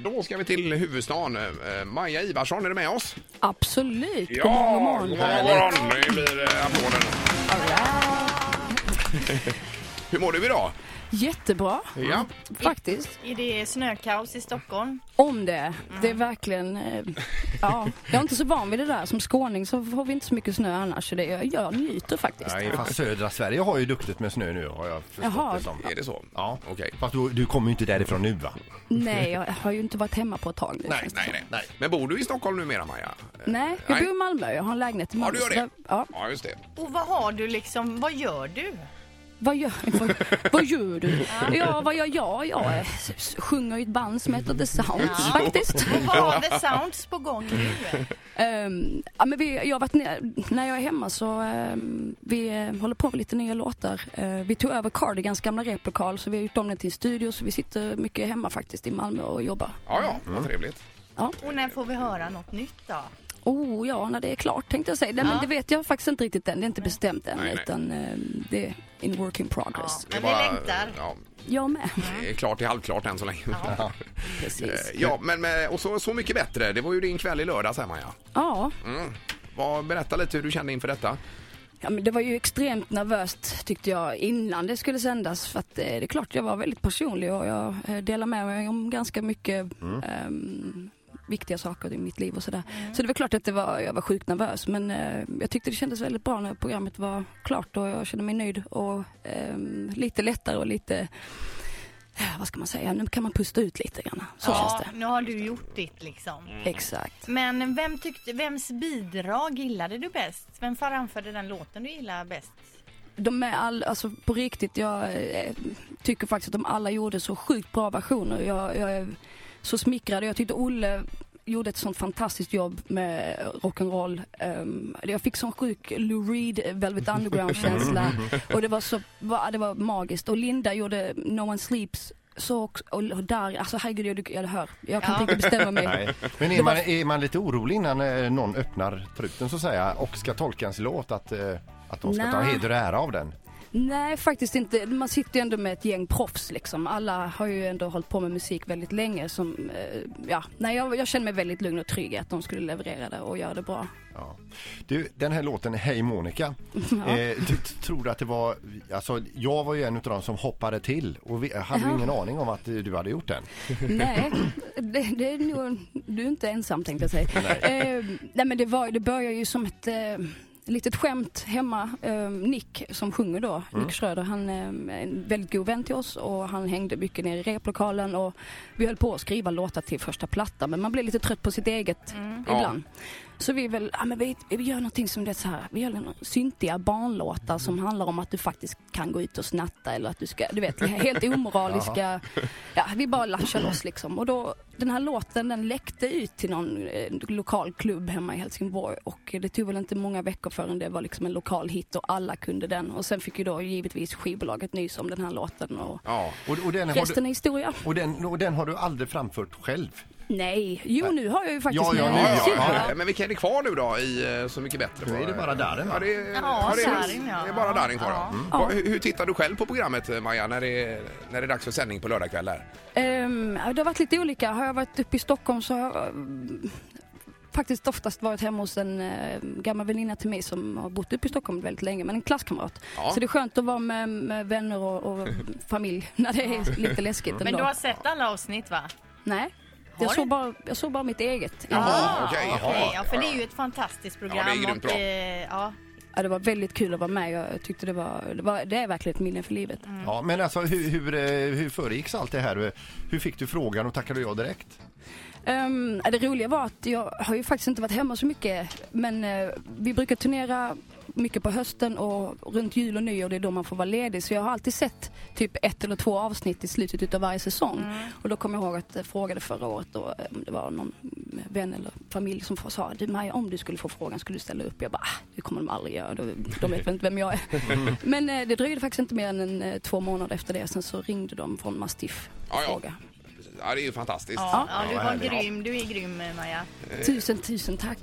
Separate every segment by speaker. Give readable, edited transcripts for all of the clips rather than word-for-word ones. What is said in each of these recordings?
Speaker 1: Då ska vi till huvudstaden. Maja Ivarsson, är du med oss?
Speaker 2: Absolut.
Speaker 1: Ja,
Speaker 2: God morgon.
Speaker 1: Nu blir applåden. Hur mår du idag?
Speaker 2: Jättebra.
Speaker 1: Ja.
Speaker 2: Faktiskt.
Speaker 3: Är det snökaos i Stockholm?
Speaker 2: Om det. Det är verkligen... ja, jag är inte så van vid det där. Som skåning så får vi inte så mycket snö annars. Så det jag njuter faktiskt.
Speaker 4: Nej, fast södra Sverige har ju duktigt med snö nu, har jag förstått.
Speaker 2: Jaha.
Speaker 4: Det som.
Speaker 1: Är det så?
Speaker 4: Ja,
Speaker 1: Okej.
Speaker 4: Fast du kommer ju inte därifrån nu, va?
Speaker 2: Nej, jag har ju inte varit hemma på ett tag nu.
Speaker 1: Nej. Men bor du i Stockholm numera, Maja?
Speaker 2: Nej, jag bor i Malmö. Jag har en lägenhet i
Speaker 1: Ja,
Speaker 2: Malmö.
Speaker 1: du gör det?
Speaker 2: Ja.
Speaker 1: Ja, just det.
Speaker 3: Och vad har du liksom, vad gör du?
Speaker 2: Vad gör du? Ja, vad gör jag? Jag sjunger i ett band som heter The Sounds faktiskt.
Speaker 3: Vad har The Sounds på gång nu?
Speaker 2: Ja, men jag har varit när jag är hemma så vi håller på med lite nya låtar. Vi tog över Cardigans gamla replokal så vi har gjort om den till en studio så vi sitter mycket hemma faktiskt i Malmö och jobbar.
Speaker 1: Ja, vad trevligt.
Speaker 2: Ja.
Speaker 3: Och när får vi höra något nytt då?
Speaker 2: När det är klart tänkte jag säga. Nej, men det vet jag faktiskt inte riktigt än. Det är inte bestämt än
Speaker 1: Nej.
Speaker 2: Utan det är in work in progress.
Speaker 3: Ja, men vi längtar.
Speaker 1: Ja,
Speaker 2: Jag med.
Speaker 1: det är klart till halvklart än så länge.
Speaker 2: Ja, precis.
Speaker 1: Ja, men och så mycket bättre. Det var ju din kväll i lördags här, Maja.
Speaker 2: Ja.
Speaker 1: Berätta lite hur du kände inför detta.
Speaker 2: Ja, men det var ju extremt nervöst tyckte jag innan det skulle sändas för att det är klart jag var väldigt personlig och jag delar med mig om ganska mycket viktiga saker i mitt liv och sådär. Så det var klart att jag var sjukt nervös men jag tyckte det kändes väldigt bra när programmet var klart och jag kände mig nöjd och lite lättare och lite vad ska man säga, nu kan man pusta ut lite grann. Så känns det.
Speaker 3: Nu har du gjort ditt liksom.
Speaker 2: Exakt.
Speaker 3: Men vems bidrag gillade du bäst? Vem framförde den låten du gillar bäst?
Speaker 2: De är alltså på riktigt, jag tycker faktiskt att de alla gjorde så sjukt bra versioner. Jag är så smickrad. Jag tyckte Olle gjorde ett sånt fantastiskt jobb med rock'n'roll. Jag fick sån sjuk Lou Reed, Velvet Underground-känsla. Och det var magiskt. Och Linda gjorde No One Sleeps. Så och där, alltså herregud, jag hör. Jag kan inte bestämma mig.
Speaker 4: Nej. Men är man lite orolig innan någon öppnar truten så att säga och ska tolka ens låt att de ska ta heder och ära av den?
Speaker 2: Nej, faktiskt inte. Man sitter ju ändå med ett gäng proffs liksom. Alla har ju ändå hållit på med musik väldigt länge som, jag känner mig väldigt lugn och trygg att de skulle leverera det och göra det bra.
Speaker 4: Ja. Du, den här låten Hej Monica, du tror att det var, alltså jag var ju en av de som hoppade till och vi hade ju ingen aning om att du hade gjort den.
Speaker 2: Nej, det är nog, du är inte ensam tänkte jag säga. Nej men det börjar ju som ett litet skämt hemma. Nick som sjunger då, Nick Schröder, han är en väldigt god vän till oss och han hängde mycket ner i replokalen och vi höll på att skriva låtar till första platta men man blev lite trött på sitt eget ibland. Så vi gör någonting som det är så här, vi gör några syntiga barnlåtar som handlar om att du faktiskt kan gå ut och snatta eller att du ska, du vet, helt omoraliska. Vi bara latchar loss liksom. Och då, den här låten den läckte ut till någon lokal klubb hemma i Helsingborg och det tog väl inte många veckor förrän det var liksom en lokal hit och alla kunde den. Och sen fick ju då givetvis skivbolaget nys om den här låten och
Speaker 4: den
Speaker 2: resten är historia.
Speaker 4: Och den har du aldrig framfört själv?
Speaker 2: Nej, nu har jag ju faktiskt
Speaker 1: Men vilka är det kvar nu då i Så mycket bättre?
Speaker 4: Nu är det bara Darin, va?
Speaker 1: Det är bara Darin kvar. Ja. Hur tittar du själv på programmet, Maja, när det är dags för sändning på lördagkväll där?
Speaker 2: Det har varit lite olika. Har jag varit uppe i Stockholm så har jag faktiskt oftast varit hemma hos en gammal väninna till mig som har bott uppe i Stockholm väldigt länge, men en klasskamrat. Ja. Så det är skönt att vara med vänner och familj när det är lite läskigt ändå.
Speaker 3: Men du har sett alla avsnitt, va?
Speaker 2: Nej. Jag såg bara mitt eget.
Speaker 1: Okej.
Speaker 3: Ja, för det är ju ett fantastiskt program.
Speaker 1: Ja, det är grymt bra.
Speaker 2: Ja, det var väldigt kul att vara med. Jag tyckte det är verkligen ett minne för livet.
Speaker 4: Ja, men alltså hur föregicks allt det här? Hur fick du frågan och tackade jag direkt?
Speaker 2: Det roliga var att jag har ju faktiskt inte varit hemma så mycket, men vi brukar turnera mycket på hösten och runt jul och nyår, det är då man får vara ledig. Så jag har alltid sett typ 1 eller 2 avsnitt i slutet av varje säsong. Och då kommer jag ihåg att jag frågade förra året då, det var någon vän eller familj som sa, du Maja, om du skulle få frågan skulle du ställa upp? Jag bara, det kommer de aldrig göra, de vet väl inte vem jag är. Men det dröjde faktiskt inte mer än 2 månader efter det, sen så ringde de från Mastiff och frågade.
Speaker 1: Ja, det är ju fantastiskt.
Speaker 3: Ja, du är grym, Maja.
Speaker 2: Tusen tack.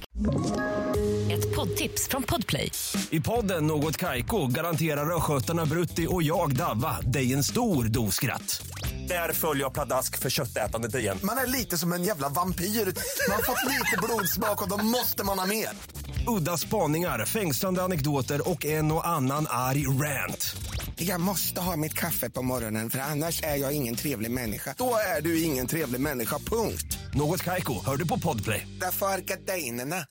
Speaker 5: Ett poddtips från Podplay.
Speaker 6: I podden Något Kaiko garanterar röskötarna Brutti och jag Davva dig en stor doskratt. Där följer jag pladask för köttätandet igen.
Speaker 7: Man är lite som en jävla vampyr. Man har fått lite blodsmak och då måste man ha mer.
Speaker 6: Udda spaningar, fängslande anekdoter och en och annan arg rant.
Speaker 7: Jag måste ha mitt kaffe på morgonen för annars är jag ingen trevlig människa. Då är du ingen trevlig människa, punkt.
Speaker 6: Något Kaiko, hör du på Podplay.
Speaker 7: Därför är gardinerna.